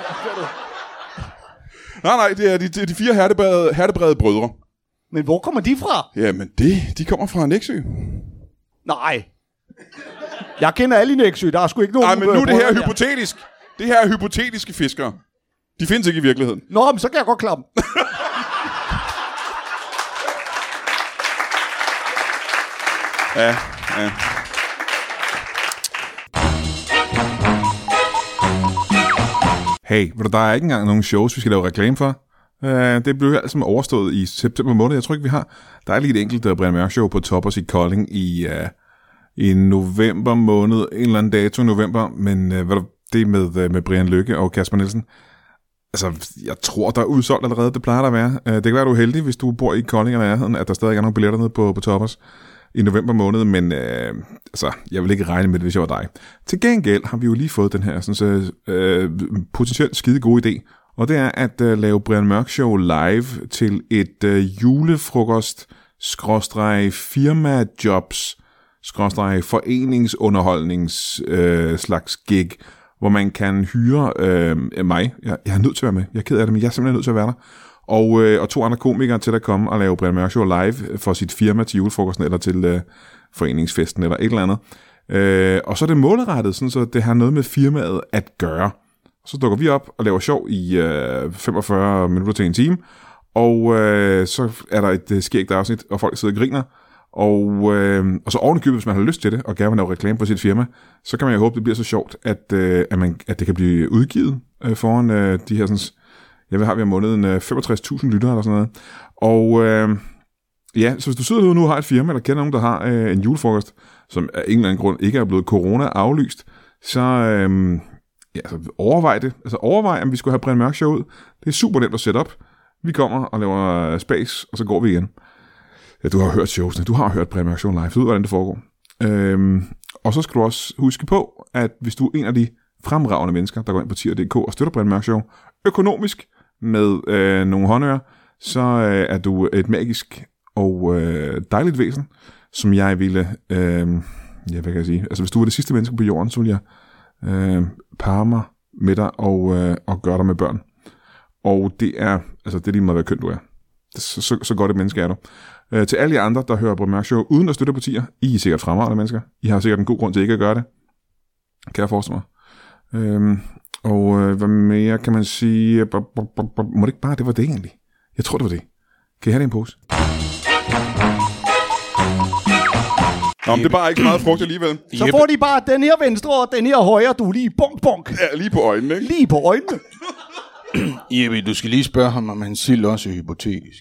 Nej, nej, det er de, de, de fire hærdebrede, hærdebrede brødre. Men hvor kommer de fra? Jamen, det, de kommer fra Nexø. Nej. Jeg kender alle i Nexø. Der er sgu ikke nogen... Nej, men nu er det her brødre der. hypotetisk. Det her er hypotetiske fiskere. De findes ikke i virkeligheden. Nå, men så kan jeg godt klappe. Ja, ja. Hey, der er ikke engang nogen shows, vi skal lave reklame for. Uh, det blev jo alt sammen overstået i september måned. Jeg tror ikke, vi har. Der er lige et enkelt uh, Brian Mørk show på Toppers i Kolding i, uh, i november måned. En eller anden dato i november. Men uh, hvad der, det er med, uh, med Brian Lykke og Kasper Nielsen. Altså, jeg tror, der er udsolgt allerede. Det plejer der at være. Uh, det kan være, du er heldig, hvis du bor i Kolding eller nærheden, at der stadig er nogle billetter nede på, på Toppers i november måned, men øh, altså, jeg vil ikke regne med det, hvis jeg var dig. Til gengæld har vi jo lige fået den her sådan, øh, potentielt skide gode idé, og det er at øh, lave Brian Mørk Show live til et øh, julefrokost skråstreg firmajobs skråstreg foreningsunderholdnings øh, slags gig, hvor man kan hyre øh, mig. Jeg, jeg er nødt til at være med. Jeg er ked af det, men jeg er simpelthen nødt til at være der. Og, øh, og to andre komikere til at komme og lave Brian Mørk Show live for sit firma til julefrokosten eller til øh, foreningsfesten eller et eller andet. Øh, og så er det målrettet, sådan, så det har noget med firmaet at gøre. Så dukker vi op og laver sjov i øh, femogfyrre minutter til en time, og øh, så er der et øh, skægt afsnit, og folk sidder og griner. Og, øh, og så ovenikøbet, hvis man har lyst til det, og gerne vil lave reklame på sit firma, så kan man jo håbe, det bliver så sjovt, at, øh, at, man, at det kan blive udgivet øh, foran øh, de her sådan... Jeg har vi har måneden øh, femogtres tusind lyttere eller sådan noget. Og øh, ja, så hvis du sidder derude nu og har et firma, eller kender nogen, der har øh, en julefrokost, som af en eller anden grund ikke er blevet corona aflyst, så øh, ja, altså, overvej det. Altså overvej, om vi skulle have Brian Mørk Show ud. Det er super nemt at sætte op. Vi kommer og laver space, og så går vi igen. Ja, du har hørt showsene. Du har hørt Brian Mørk Show live. Du ved, hvordan det foregår. Øh, og så skal du også huske på, at hvis du er en af de fremragende mennesker, der går ind på tier punktum d k og støtter Brian Mørk Show økonomisk, med øh, nogle håndører, så øh, er du et magisk og øh, dejligt væsen, som jeg ville, øh, ja, hvad kan jeg sige, altså hvis du var det sidste menneske på jorden, så ville jeg øh, parre mig med dig og, øh, og gøre dig med børn. Og det er, altså det er lige meget, hvad køn du er. Så, så, så godt et menneske er du. Øh, til alle jer andre, der hører på Mørk Show uden at støtte partier, I er sikkert fremragende mennesker. I har sikkert en god grund til ikke at gøre det. Kan jeg forestille mig. Øh, Og øh, hvad mere kan man sige? B- b- b- b- må det ikke bare, det var det egentlig? Jeg tror, det var det. Kan I have det i en pose? Nå, men det er bare ikke meget frugt alligevel. Så får de bare den her venstre og den her højre, du lige bonk bonk. Ja, lige på øjnene, ikke? Lige på øjnene. Jeppe, du skal lige spørge ham, om han sild også er hypotetisk.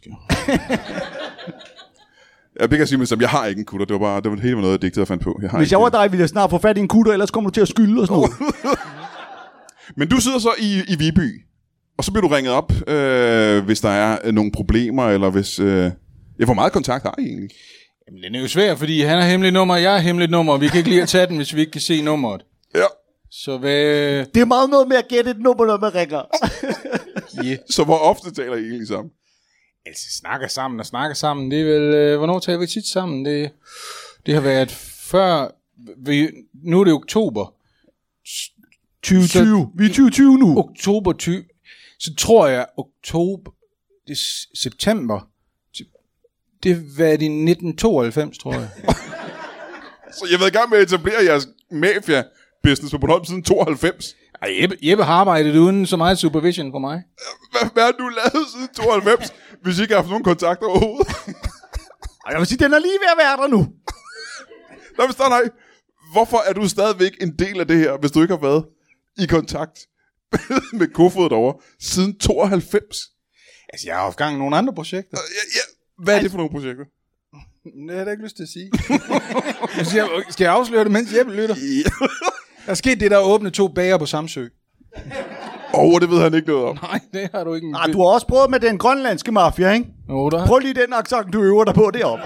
Ja, det kan jeg sige med det, jeg har ikke en kutter. Det var bare, det var helt noget, jeg digtede og fandt på. Jeg har Hvis jeg var dig, ville jeg snart få fat i en kutter, ellers kommer du til at skylde og sådan noget. Men du sidder så i, i Viby, og så bliver du ringet op, øh, hvis der er øh, nogle problemer, eller hvis... Øh... Ja, hvor meget kontakt har I egentlig? Jamen, det er jo svært, fordi han har hemmeligt nummer, og jeg har hemmeligt nummer, og vi kan ikke lige at tage den, hvis vi ikke kan se nummeret. Ja. Så hvad... Det er meget noget med at gætte et nummer, når man ringer. Yeah. Så hvor ofte taler I egentlig sammen? Altså, snakker sammen og snakker sammen, det er vel... Øh, hvornår taler vi tit sammen? Det, det har været før... Vi, nu er det oktober. tyve tyve. Vi er tyve tyve nu. Oktober tyve. Så tror jeg, oktober... Det er september. Det var i nitten tooghalvfems, tror jeg. Så jeg har været i gang med at etablere jeres mafia-business på Bornholm siden tooghalvfems. Ej, Jeppe, Jeppe har arbejdet uden så meget supervision for mig. Hvad, hvad har du lavet siden tooghalvfems, hvis I ikke har haft nogen kontakter overhovedet? Ej, jeg vil sige, den er lige ved at være der nu. Nå, men start, nej. Hvorfor er du stadigvæk en del af det her, hvis du ikke har været i kontakt med Kofod derovre siden tooghalvfems? Altså, jeg har haft gang i nogle andre projekter. Ja, ja. Hvad er det for nogle projekter? Det har jeg da ikke lyst til at sige. skal, jeg, skal jeg afsløre det, mens Jeppe lytter? Ja. Der er sket det, der åbne to bager på Samsø. Åh, oh, det ved han ikke noget om. Nej, det har du ikke. Ah, du har også prøvet med den grønlandske mafia, ikke? Jo, der. Prøv lige den accent, du øver dig på deroppe.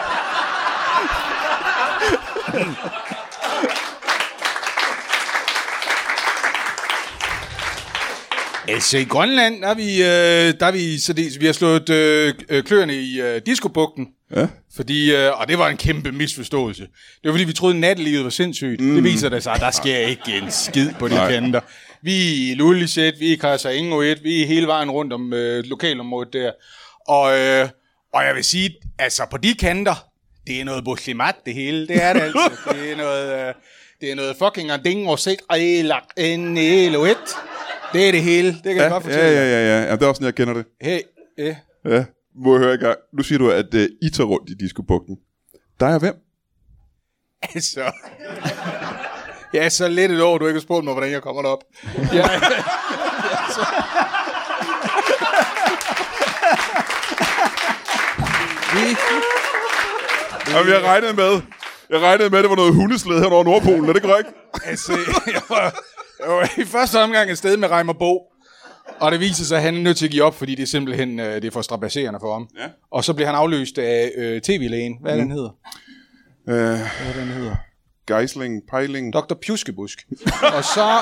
Altså, i Grønland, der er vi, øh, der er vi, så det, vi har slået øh, kløerne i øh, discobugten. Ja. Fordi, øh, og det var en kæmpe misforståelse. Det var fordi, vi troede, nattelivet var sindssygt. Mm. Det viser det sig, at der sker ikke en skid på de Nej. kanter. Vi er i Lullisæt, vi er i Kajsa Ingoet, vi er hele vejen rundt om øh, lokalområdet der. Og, øh, og jeg vil sige, altså på de kanter, det er noget buslimat det hele. Det er det altså. Det er noget, øh, det er noget fucking ding og sigt en eloet. Det er det hele. Det kan Ja, jeg godt fortælle. ja, ja, ja, ja. Ja, det er også sådan, jeg kender det. Hey, eh. Ja, må jeg høre i gang. Nu siger du, at uh, I tager rundt i discobugten. Der er hvem? Altså... Jeg er så lidt et år, du ikke har spurgt mig, hvordan jeg kommer derop. Ja, altså. Vi... Jamen, jeg regnede med, jeg regnede med, at det var noget hundesled her over Nordpolen. Er det korrekt? Altså, jeg var, jeg var i første omgang et sted med Reimer Bo, og det viser sig, at han er nødt til at give op, fordi det er simpelthen øh, det er for strabasserende for ham. Ja. Og så bliver han afløst af øh, T V-lægen. Hvad er mm. den hedder? Øh, Hvad er den hedder? Geisling, Pejling. doktor Pjuskebusk. Og så...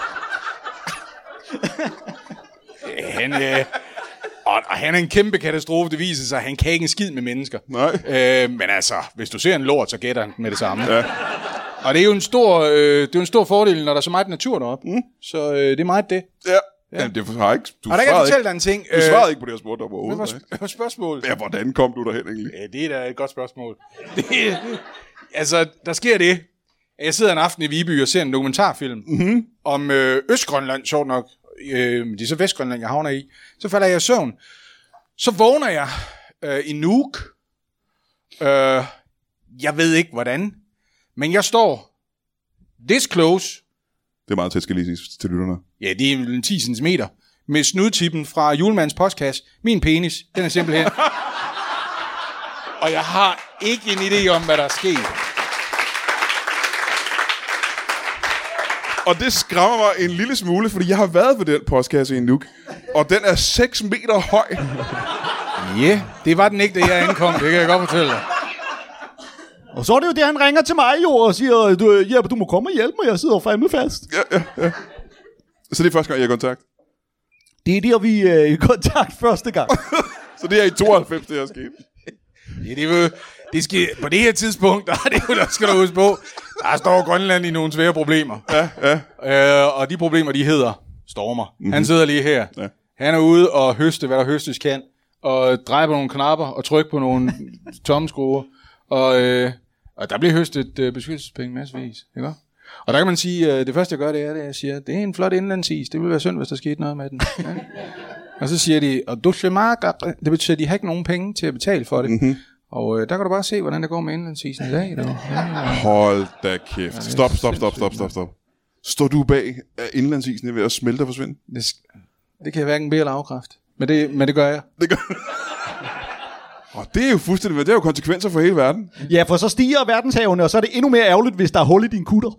han, øh, og, og han er en kæmpe katastrofe. Det viser sig, at han kan ikke en skid med mennesker. Nej. Øh, men altså, hvis du ser en lort, så gætter han med det samme. Ja. Og det er jo en stor, øh, det er jo en stor fordel, når der er så meget natur deroppe. Mm. Så øh, det er meget det. Ja. Ja. Jamen, det har ikke... Du og der kan jeg fortælle dig en ting. Du svarede ikke på det, jeg spurgte om overhovedet. Hvad var spørgsmålet? Ja, hvordan kom du derhen egentlig? Ja, det er da et godt spørgsmål. Det, altså, der sker det. Jeg sidder en aften i Viby og ser en dokumentarfilm mm-hmm. om øh, Østgrønland, sjovt nok. Øh, det er så Vestgrønland, jeg havner i. Så falder jeg i søvn. Så vågner jeg øh, i Nuuk. Øh, jeg ved ikke, hvordan. Men jeg står this close. Det er meget tæt, skal lige sige til lytterne. Ja, det er ti centimeter. Med snudtippen fra Julemands postkasse. Min penis, den er simpelthen... Og jeg har ikke en idé om, hvad der er sket. Og det skræmmer mig en lille smule, fordi jeg har været ved den postkasse i Nuuk. Og den er seks meter høj. Ja, yeah, det var den ikke, da jeg ankom. Det kan jeg godt fortælle dig. Og så er det jo det, han ringer til mig jo og siger, du, Jeppe, du må komme og hjælpe mig, jeg sidder fandme fast. Ja, ja, ja. Så det er første gang, jeg er i kontakt? Det er der, vi er i kontakt første gang. Så det er i tooghalvfems, det er sket? Ja, det er jo, det skal, på det her tidspunkt, der, er det jo, der skal du huske på, der står Grønland i nogle svære problemer. Ja, ja. Øh, og de problemer, de hedder Stormer. Mm-hmm. Han sidder lige her. Ja. Han er ude og høste, hvad der høstes kan, og dreje på nogle knapper og trykke på nogle tommeskruer. Og, øh, og der bliver høstet øh, beskyttelsespenge massevis, ikke? Og der kan man sige, øh, det første jeg gør, det er, at jeg siger, det er en flot indlandsis, det ville være synd, hvis der skete noget med den. Ja. Og så siger de, og det betyder, at de har ikke nogen penge til at betale for det. Mm-hmm. Og øh, der kan du bare se, hvordan det går med indlandsisen i dag. Ja, ja. Hold da kæft. Stop, stop, stop, stop, stop, stop. Står du bag, at indlandsisen er ved at smelte og forsvinde? Det, det kan jeg hverken bede eller afkræfte. Men det, men det gør jeg. Det gør Og det er jo fuldstændig, det er jo konsekvenser for hele verden. Ja, for så stiger verdenshavene, og så er det endnu mere ærgerligt, hvis der er hul i din kutter.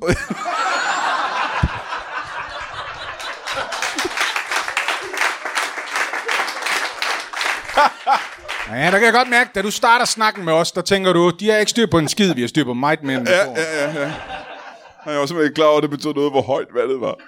Ja, der kan jeg godt mærke, da du starter snakken med os, der tænker du, de har ikke styr på en skid, vi har styr på meget mere. Ja, ja, ja, ja. Jeg var simpelthen ikke klar over, at det betød noget, hvor højt vandet var.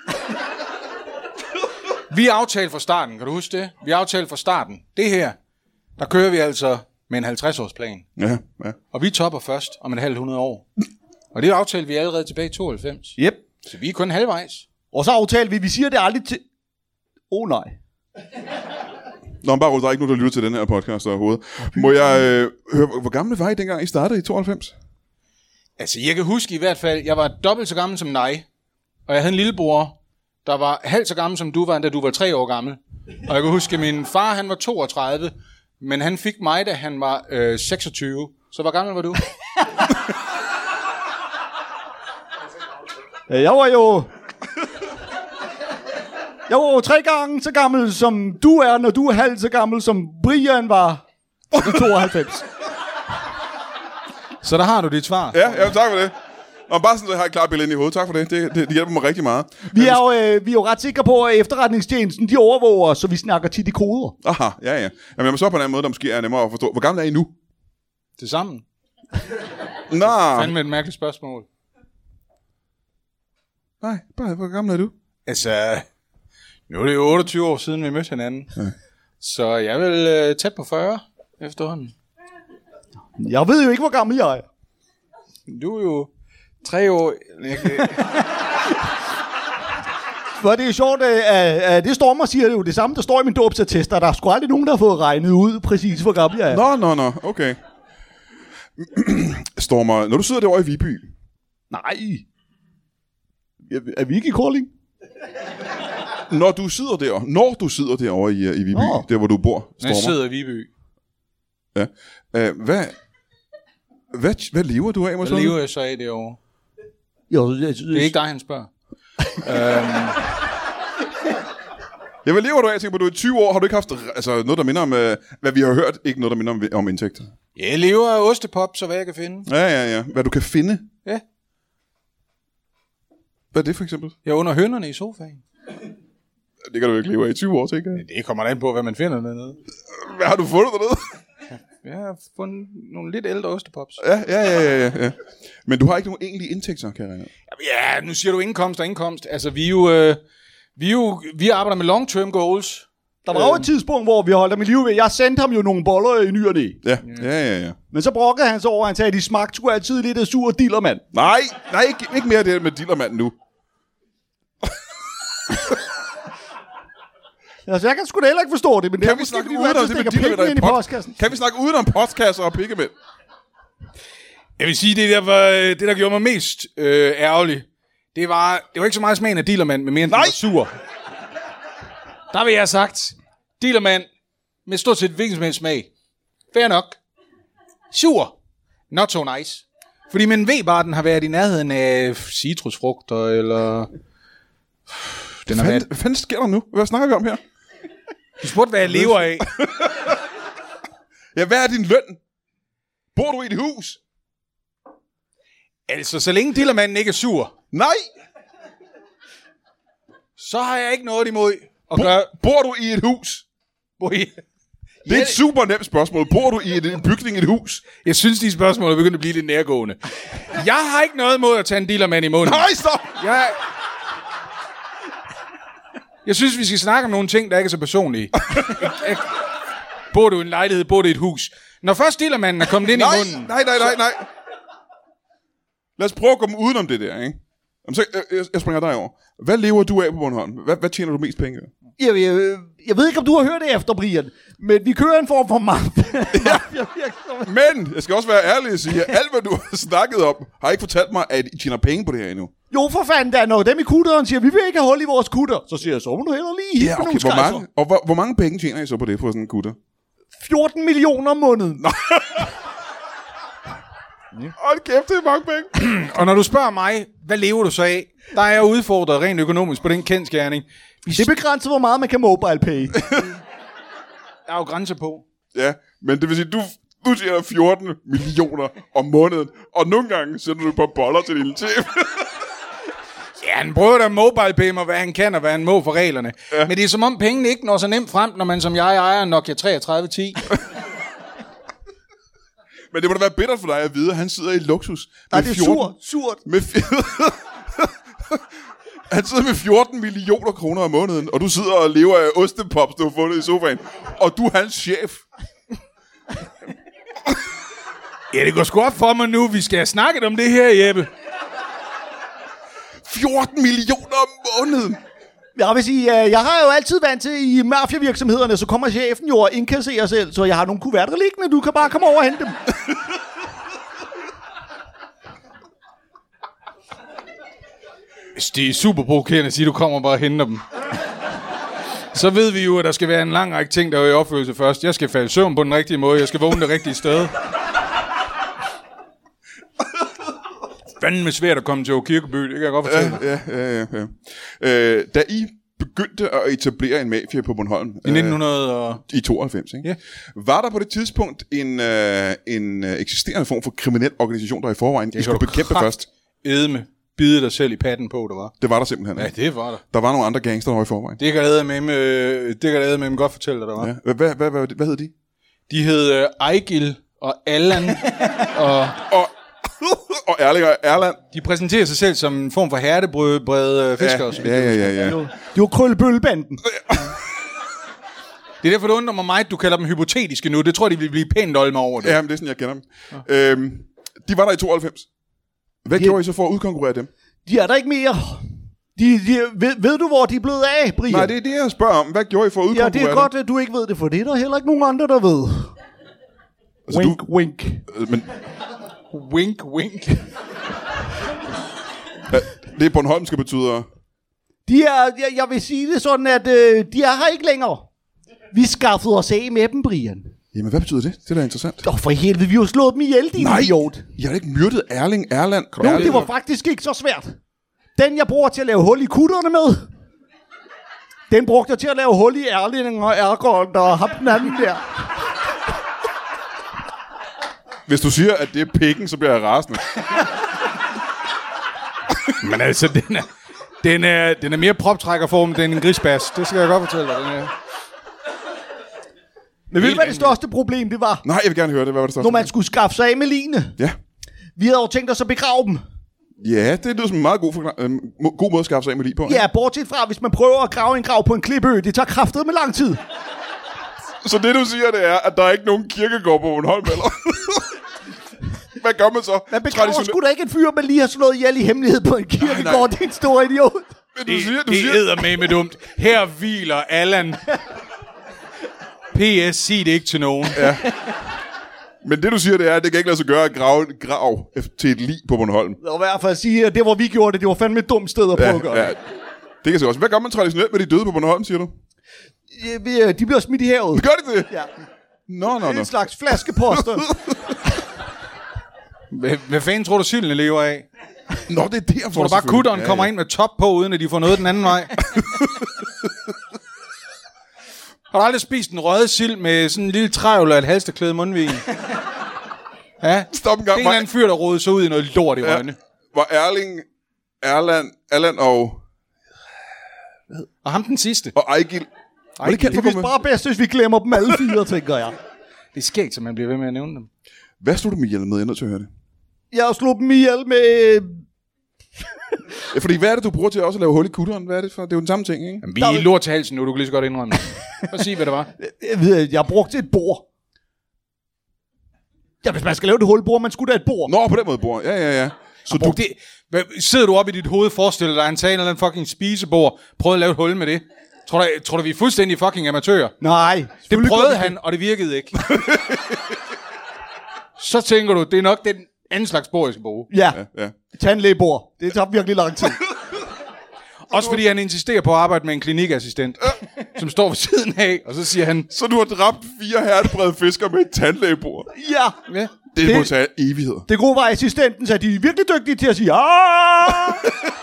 Vi aftalte fra starten, kan du huske det? Vi aftalte fra starten. Det her, der kører vi altså med en halvtreds-års plan. Ja, ja. Og vi topper først om et halvt hundrede år. Og det aftalte vi allerede tilbage i tooghalvfems. Yep. Så vi er kun halvvejs. Og så aftalte vi, vi siger det aldrig til... Åh oh, nej. Nå, bare der er ikke nogen, der lytter til den her podcast overhovedet. Må jeg øh, høre, hvor gammel var I dengang, I startede i tooghalvfems? Altså, jeg kan huske i hvert fald, jeg var dobbelt så gammel som dig. Og jeg havde en lillebror, der var halvt så gammel som du var, da du var tre år gammel. Og jeg kan huske, at min far, han var toogtredive, men han fik mig, da han var øh, seksogtyve. Så hvor gammel var du? Jeg var jo... Jeg var jo tre gange så gammel, som du er, når du er halvt så gammel, som Brian var i tooghalvfems. Så der har du dit svar. Ja, ja, tak for det. Og bare sådan, at jeg har et klart billede ind i hovedet. Tak for det. Det, det, det hjælper mig rigtig meget. Vi er, jo, øh, vi er jo ret sikre på, at efterretningstjenesten, de overvåger, så vi snakker tit i koder. Aha, ja, ja. Jamen, jeg må så på en anden måde, der måske er nemmere at forstå. Hvor gammel er I nu? Til sammen. Nå. Fandme et mærkeligt spørgsmål. Nej, bare, hvor gammel er du? Altså, nu er det jo otteogtyve år siden, vi mødte hinanden. Ja. Så jeg vil øh, tæt på fyrre efterhånden. Jeg ved jo ikke, hvor gammel jeg er. Du er jo tre år... For det er sjovt, at det Stormer siger, det er jo det samme, der står i min dåbsattest, og der er sgu aldrig nogen, der har fået regnet ud præcis, hvor gammel jeg er. Nå, nå, nå, okay. Stormer, når du sidder derovre i Viby... Nej. Er vi ikke i Kolding? Når du sidder der, når du sidder derovre i, i Viby, nå. Der hvor du bor, Stormer... Jeg sidder i Viby. Ja. Uh, hvad, hvad, hvad lever du af, måske? Hvad lever jeg så af derovre? Jo, jeg, jeg, det er ikke dig, han spørger. øhm. Ja, hvad lever du af? Jeg tænker på, du i tyve år har du ikke haft altså, noget, der minder om, uh, hvad vi har hørt, ikke noget, der minder om, om indtægter. Jeg lever af ostepop, så hvad jeg kan finde. Ja, ja, ja. Hvad du kan finde? Ja. Hvad er det for eksempel? Jeg er under hønnerne i sofaen. Det kan du ikke leve af i tyve år, tænker jeg. Det kommer an på, hvad man finder dernede. Hvad har du fundet dernede? Jeg har fundet nogle lidt ældre ostepops. Ja, ja, ja, ja, ja. Men du har ikke nogen egentlige indtægter, kan jeg regne. Ja, nu siger du indkomst og indkomst. Altså, vi er jo... Øh, vi, er jo vi arbejder med long-term goals. Der var jo et tidspunkt, hvor vi holdt ham i live ved. Jeg sendte ham jo nogle boller i ny og næ. Ja, ja, ja, ja. Men så brokkede han så over, at han sagde, at de smagte sgu altid lidt af sur dillermand. Nej, nej, ikke, ikke mere det med dillermand nu. Altså, jeg kan sgu da heller ikke forstå det, men det kan er vi snakke fordi, udenom det med dillermænd ind i postkassen. Kan vi snakke udenom postkasser og pikkemænd? Jeg vil sige, det der, var, det der gjorde mig mest øh, ærgerlig, det var, det var ikke så meget smagen af dillermand, men mere end den var sur. Der vil jeg have sagt, dillermand med stort set hvilken som helst smag. Fair nok. Sur. Not so nice. Fordi man ved bare, at den har været i nærheden af citrusfrugter, eller... Den har været... Hvad fanden sker der nu? Hvad snakker vi om her? Du spurgte, hvad jeg lever af. Ja, hvad er din løn? Bor du i et hus? Altså, så længe dillermanden ikke er sur. Nej! Så har jeg ikke noget imod at Bo- gøre... Bor du i et hus? Bor I... Det er et super nemt spørgsmål. Bor du i en bygning i et hus? Jeg synes, de spørgsmål er begyndt at blive lidt nærgående. Jeg har ikke noget imod at tage en dillermand i munden. Nej, stop! Jeg... Jeg synes, vi skal snakke om nogle ting, der ikke er så personlige. Bor du i en lejlighed, bor du i et hus? Når først dillermanden er kommet ind nej, i munden... Nej, nej, nej, nej. Lad os prøve at komme udenom det der, ikke? Jamen, så, jeg, jeg springer dig over. Hvad lever du af på Bornholm? Hvad, hvad tjener du mest penge af? Jeg, jeg, jeg ved ikke, om du har hørt det efter, Brian, men vi kører en form for mafia. Men jeg skal også være ærlig og sige, at alt, hvad du har snakket om, har ikke fortalt mig, at I tjener penge på det her endnu. Jo, for fanden, der er noget. Dem i kutteren siger, vi vil ikke have hul i vores kutter. Så siger jeg, så må du heller lige ja, okay. Hvor mange, og hvor, hvor mange penge tjener I så på det, på sådan en kutter? fjorten millioner om måneden. Hold kæft, det er mange penge. Og når du spørger mig, hvad lever du så af? Der er jeg udfordret rent økonomisk på den kendsgerning. Det er begrænset, hvor meget man kan mobile pay. Der er jo grænser på. Ja, men det vil sige, du, du tjener fjorten millioner om måneden, og nogle gange sender du et par boller til din chef. Ja, han prøver da mobile pay mig, hvad han kan og hvad han må for reglerne. Ja. Men det er som om pengene ikke når så nemt frem, når man som jeg ejer en Nokia treogtredive ti. Men det må da være bittert for dig at vide, at han sidder i luksus. Nej, det er sur, surt. Med, Han sidder med fjorten millioner kroner om måneden, og du sidder og lever af ostepops, du har fundet i sofaen. Og du er hans chef. Ja, det går sgu op for mig nu. Vi skal have snakket om det her, Jeppe. fjorten millioner om måneden. Jeg vil sige, jeg har jo altid vant til i mafiavirksomhederne, så kommer chefen jo og indkasserer selv, så jeg har nogle kuverter liggende, du kan bare komme over og hente dem. Det er super provokerende at sige, at du kommer bare og henter dem. Så ved vi jo, at der skal være en lang række ting, der er i opførelse først. Jeg skal falde i søvn på den rigtige måde. Jeg skal vågne det rigtige sted. Fanden svært at komme til Kirkeby, det kan jeg godt fortælle dig. Ja, ja, ja, ja. Øh, da I begyndte at etablere en mafia på Bornholm... I nitten hundrede og... Øh, I tooghalvfems, ikke? Ja. Var der på det tidspunkt en, øh, en eksisterende form for kriminel organisation, der i forvejen I skulle bekæmpe først? Edme. Bide dig selv i patten på, der var. Det var der simpelthen. Ja, det var der. Der var nogle andre gangster, der var i forvejen. Det kan jeg med med, det kan jeg med godt fortælle dig, der var. Ja. Hvad, hvad, hvad, hvad hed de? De hed uh, Ejgil og Allan og... og og Erling og Erland. De præsenterer sig selv som en form for hærdebrede fiskere. Ja, ja, ja, ja, ja. Det var krøllebøllebanden. Det er derfor, det undrer mig meget, at du kalder dem hypotetiske nu. Det tror jeg, de vil blive pænt olme over det. Ja, men det er sådan, jeg kender dem. Ja. Øhm, de var der i tooghalvfems. Hvad de, gjorde I så for at udkonkurrere dem? De er der ikke mere. De, de, ved, ved du, hvor de er blevet af, Brian? Nej, det er det, jeg spørger om. Hvad gjorde I for at udkonkurrere dem? Ja, det er godt, at du ikke ved det, for det er der heller ikke nogen andre, der ved. Altså, wink, du... wink. Men... Wink, wink. Ja, det er Bornholmske betyder... De er, jeg, jeg vil sige det sådan, at øh, de er her ikke længere. Vi skaffede os af med dem, Brian. Jamen, hvad betyder det? Det er da interessant. Åh, for helvede, vi har jo slået dem ihjel, din idiot. Nej, jeg har ikke myrdet Erling Erland. Jo, Erling. Det var faktisk ikke så svært. Den, jeg bruger til at lave hul i kutterne med, den brugte jeg til at lave hul i Erling og Ergold og ham den anden der. Hvis du siger, at det er pikken, så bliver jeg rasende. Men altså, den er, den er, den er mere proptrækkerform end en grisbas. Det skal jeg godt fortælle dig. Den er... Men ved du, hvad det største problem det var? Nej, jeg vil gerne høre det. Hvad var det største Når man skulle skaffe sig af med Line. Ja. Vi havde jo tænkt os at begrave dem. Ja, det lyder som en meget god, forklar- øh, god måde at skaffe sig af med lige på. Ja, bortset fra, hvis man prøver at grave en grav på en klippeø. Det tager kraftet med lang tid. Så det, du siger, det er, at der er ikke nogen kirkegård på Bornholm, eller? Hvad gør man så? Man begraver sgu da ikke en fyr, man lige har slået ihjel i hemmelighed på en kirkegård. Det er en stor idiot. Men du det, siger, du det siger... æder med med dumt. Her hviler Allan. P S, sig det ikke til nogen. Ja. Men det, du siger, det er, at det kan ikke lade sig gøre at grave en grav til et lig på Bornholm. Det var i hvert fald at sige, at det, hvor vi gjorde det, det var fandme et dumt sted at prøve ja, at gøre ja. Det kan så også. Hvad gør man traditionelt med de døde på Bornholm, siger du? Ja, vi, de bliver smidt i havet. Gør de det? Ja. Nå, nå, Det er nå. en slags flaskeposter. Hvad, hvad fanden tror du, sylene lever af? Nå, det er derfor. Tror du bare, kutteren ja, ja. kommer ind med top på, uden at de får noget den anden vej? Har du aldrig spist en røget sild med sådan en lille trævl og et halsterklæde mundvin? Ja, Stop en gang. det er en anden fyr, der rodede sig ud i noget lort i røgne. Ja. Var Erling, Erland, Allan og... Og ham den sidste. Og Ejgil. Ej, det er vist bare bedst, hvis vi glemmer dem alle fire, tænker jeg. Det er skægt, så man bliver ved med at nævne dem. Hvad slog du med ihjel med? Jeg er nødt til at høre det. Jeg slog dem ihjel med... Ja, fordi hvad er det, du bruger til også at lave hul i kutteren? Hvad er det for? Det er jo den samme ting, ikke? Jamen, vi er i lort til halsen nu, du kan lige så godt indrømme det. Prøv at sige, hvad det var. Jeg ved, jeg brugte et bord. Ja, hvis man skal lave et hul, bruger man sgu da et bord. Nå, på den måde bord. Ja, ja, ja. Så du... det... Hvad, sidder du op i dit hoved og forestiller dig, at han tager en eller anden fucking spisebord, prøvede at lave et hul med det? Tror du, tror du vi er fuldstændig fucking amatører? Nej. Det prøvede han, og det virkede ikke. Så tænker du, det er nok den anden slags bord, jeg skal bruge. Ja, ja, ja. Tandlægebord. Det tager virkelig lang tid. Også fordi han insisterer på at arbejde med en klinikassistent, som står ved siden af, og så siger han... Så du har dræbt fire hærdebrede fisker med et tandlægebord? Ja. ja. Det, det må tage evighed. Det gode var assistenten, så de er virkelig dygtige til at sige... Aah!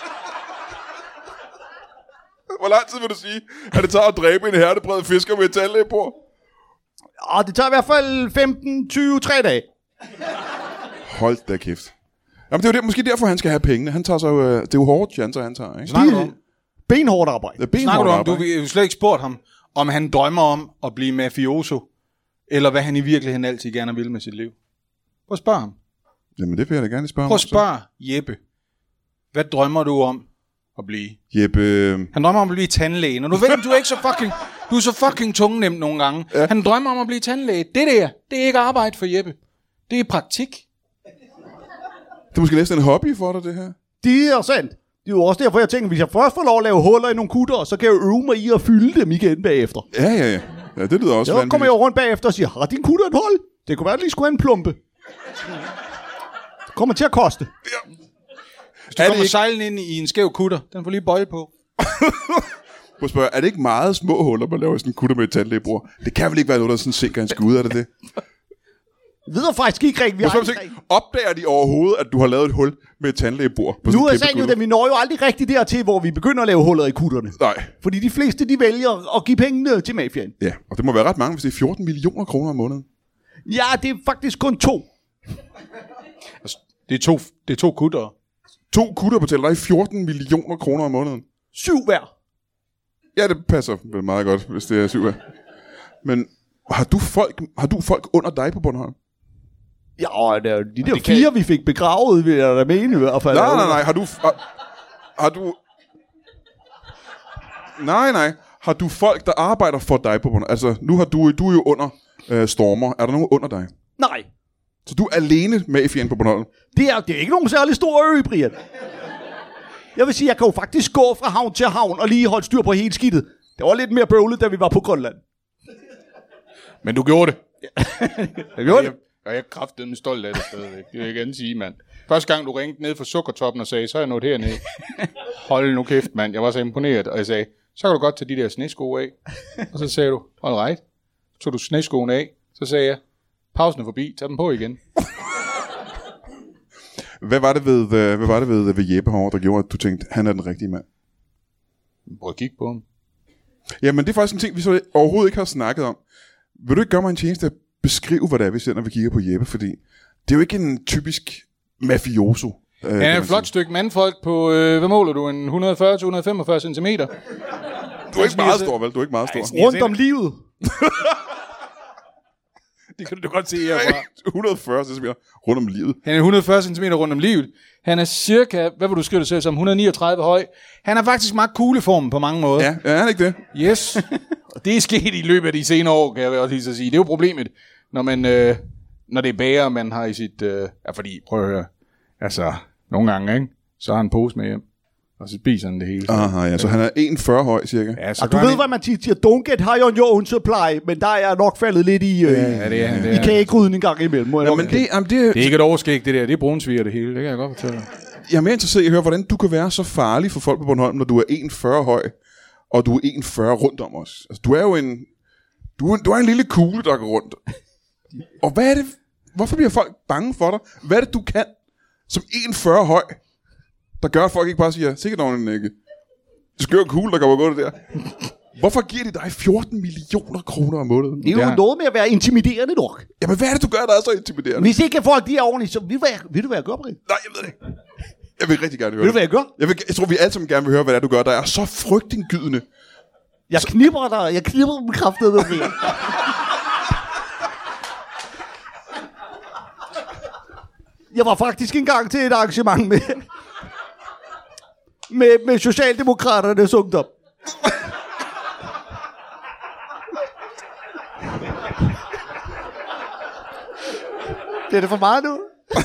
Hvor lang tid vil du sige, at det tager at dræbe en hærdebrede fisker med et tandlægebord? Ja, det tager i hvert fald femten, tyve, tre dage. Hold da kæft. Jamen, det er jo det, måske derfor, han skal have pengene. Han tager så, øh, det er jo hårde chancer, han tager, ikke? Snakker du om? Benhårdt arbejde. Det er Snakker du om, arbejde. du har slet ikke spurgt ham, om han drømmer om at blive mafioso, eller hvad han i virkeligheden altid gerne vil med sit liv. Prøv at spørge ham. Jamen, det vil jeg da gerne spørge Prøv at spørge Jeppe. Hvad drømmer du om at blive? Jeppe... Han drømmer om at blive tandlæge. Og nu ved du er ikke så fucking... Du er så fucking tungenemt nogle gange. Ja. Han drømmer om at blive tandlæge. Det der, det er ikke arbejde for Jeppe. Det er praktik. Det er måske næsten en hobby for dig, det her. Det er sandt. Det er jo også derfor, jeg tænker, hvis jeg først får lov at lave huller i nogle kutter, så kan jeg øve mig i at fylde dem igen bagefter. Ja, ja, ja. Ja, det lyder også vanvittigt. Så kommer jeg rundt bagefter og siger, har din kutter et hul? Det kunne være, at lige skulle have en plumpe. Det kommer til at koste. Ja. Hvis du er kommer ikke... sejlen ind i en skæv kutter, den får lige bøjle på. Må spørge, er det ikke meget små huller, man laver sådan en kutter med et tandlægebord? Det kan vel ikke være noget, der sådan sinker en skud, er det det? Jeg ved faktisk ikke rigtig, vi har ikke. Opdager de overhovedet, at du har lavet et hul med et tandlægebord? Nu er sagen jo, at vi når jo aldrig rigtig dertil, hvor vi begynder at lave huller i kutterne. Nej. Fordi de fleste, de vælger at give pengene til mafiaen. Ja, og det må være ret mange, hvis det er fjorten millioner kroner om måneden. Ja, det er faktisk kun to. Altså, det er to, det er to kutter. To kutter betaler dig fjorten millioner kroner om måneden. Syv hver. Ja, det passer meget godt, hvis det er syv hver. Men har du folk, har du folk under dig på Bornholm? Ja, det er de der fire, kan... vi fik begravet, vil jeg da mene i hvert fald. Nej, nej, nej. Har du... Har, har du... Nej, nej. Har du folk, der arbejder for dig på Bornholm? Altså, nu har du, du er jo under øh, Stormer. Er der nogen under dig? Nej. Så du er alene mafiaen på Bornholm? Det er, det er ikke nogen særlig stor ø, Brian. Jeg vil sige, jeg kan jo faktisk gå fra havn til havn og lige holde styr på hele skidtet. Det var lidt mere bøvlet, da vi var på Grønland. Men du gjorde det. Jeg gjorde det. Og jeg er kraftedeme stolt af det stadigvæk. Det vil jeg gerne sige, mand. Første gang, du ringte ned fra Sukkertoppen og sagde, så er jeg nået hernede. Hold nu kæft, mand. Jeg var så imponeret, og jeg sagde, så kan du godt tage de der snesko af. Og så sagde du, all right. Så tog du sneskoene af. Så sagde jeg, pausen er forbi. Tag dem på igen. Hvad var det ved, hvad var det ved, ved Jeppe herovre, der gjorde, at du tænkte, han er den rigtige mand? Prøv at kigge på ham. Jamen, det er faktisk en ting, vi så overhovedet ikke har snakket om. Vil du ikke gøre mig en tjeneste at beskrive, hvad det er, vi ser, når vi kigger på Jeppe? Fordi det er jo ikke en typisk mafioso. Øh, han er et flot sige. stykke mandfolk på, øh, hvad måler du, en et hundrede og fyrre til et hundrede og femogfyrre centimeter? Du er ikke meget stor, vel? Du er ikke meget stor. Ej, rundt om livet. Det kan du godt se herfra. et hundrede og fyrre centimeter rundt om livet. Han er et hundrede og fyrre centimeter rundt om livet. Han er cirka, hvad vil du skrive det selv som, et hundrede og niogtredive høj. Han er faktisk meget kugleformen på mange måder. Ja, ja er han ikke det? Yes. Og det er sket i løbet af de senere år, kan jeg også lige så sige. Det er jo problemet, når man, øh, når det er bager, man har i sit, øh, ja fordi, prøv at høre, altså, nogle gange, ikke? Så har han en pose med hjem. Og så spiser han det hele. Aha, ja, så han er en komma fyrre høj, cirka. Ja, så du ved, hvad man siger, don't get high on your own supply, men der er nok faldet lidt i, øh, ja, det er, det er. i kagegruden en gang imellem. Ja, men det, jamen, det, det er ikke et overskæg, det der. Det er brunsviger, det hele. Det kan jeg godt fortælle. Jeg er mere interesseret i at høre, hvordan du kan være så farlig for folk på Bornholm, når du er en komma fyrre høj, og du er en komma fyrre rundt om os. Altså, du er jo en, du er, du er en lille kugle, der går rundt. Og hvad er det, hvorfor bliver folk bange for dig? Hvad er det, du kan som en komma fyrre høj, der gør, at folk ikke bare siger, sikkert nogen en skør kugle, der kommer og går det der. Hvorfor giver de dig fjorten millioner kroner om måneden? Det er jo noget med at være intimiderende nok. Jamen, hvad er det, du gør, der er så intimiderende? Hvis ikke folk de er ordentligt, så vil du være, vil du være godt, Brian? Nej, jeg ved det ikke. Jeg vil rigtig gerne høre Vil du være godt? Jeg, vil, jeg tror, vi alle sammen gerne vil høre, hvad det er, du gør, der er så frygtindgydende. Jeg knipper dig. Jeg knipper med kraftet med Brian. Jeg var faktisk engang til et arrangement med... Med, med Socialdemokraternes ungdom. Det er det for meget nu?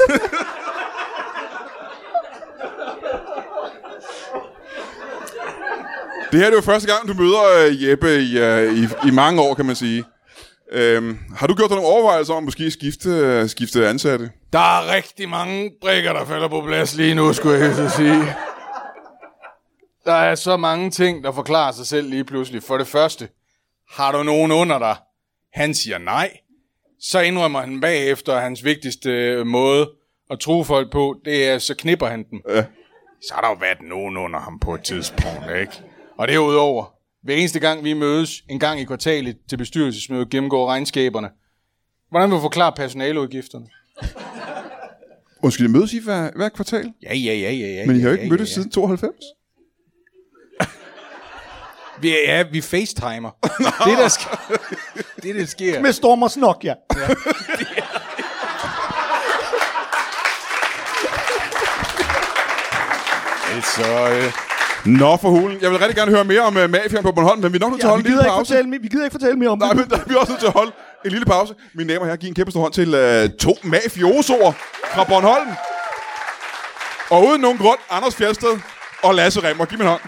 Det her er jo første gang, du møder uh, Jeppe i, uh, i, i mange år, kan man sige. Um, har du gjort dig nogle overvejelser om måske skifte, uh, skifte ansatte? Der er rigtig mange brikker, der falder på plads lige nu, skulle jeg så sige. Der er så mange ting, der forklarer sig selv lige pludselig. For det første, har du nogen under dig? Han siger nej. Så indrømmer han bagefter, hans vigtigste måde at true folk på, det er, så knipper han dem. Ja. Så har der jo været nogen under ham på et tidspunkt, ikke? Og derudover, hver eneste gang vi mødes, en gang i kvartalet til bestyrelsesmøde, gennemgår regnskaberne. Hvordan vil du forklare personaleudgifterne? Undskyld, I mødes I hver, hver kvartal? Ja, ja, ja, ja, ja. Men I har jo ikke ja, mødtes ja, ja. siden tooghalvfems? Vi, ja, vi facetimer. Det, der sker. Det, der sker. Med Storm og Snok, ja. ja. Altså, øh, Nå, for hulen. Jeg vil rigtig gerne høre mere om uh, mafiaen på Bornholm, men vi er nok nødt til Ja, at holde vi, en gider lille ikke pause. fortælle, vi gider ikke fortælle mere om Nej, det. men der er vi også nødt til at holde en lille pause. Mine damer og herrer, giv en kæmpe stor hånd til uh, to mafiosoer fra Bornholm. Og uden nogen grund, Anders Fjeldsted og Lasse Remmer. Giv mig en hånd.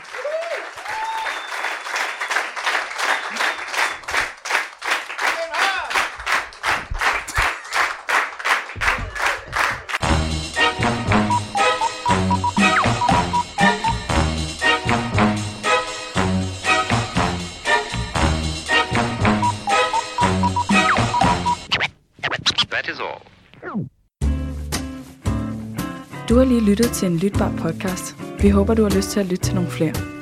That is all. Du har lige lyttet til en lytbar podcast. Vi håber, du har lyst til at lytte til nogle flere.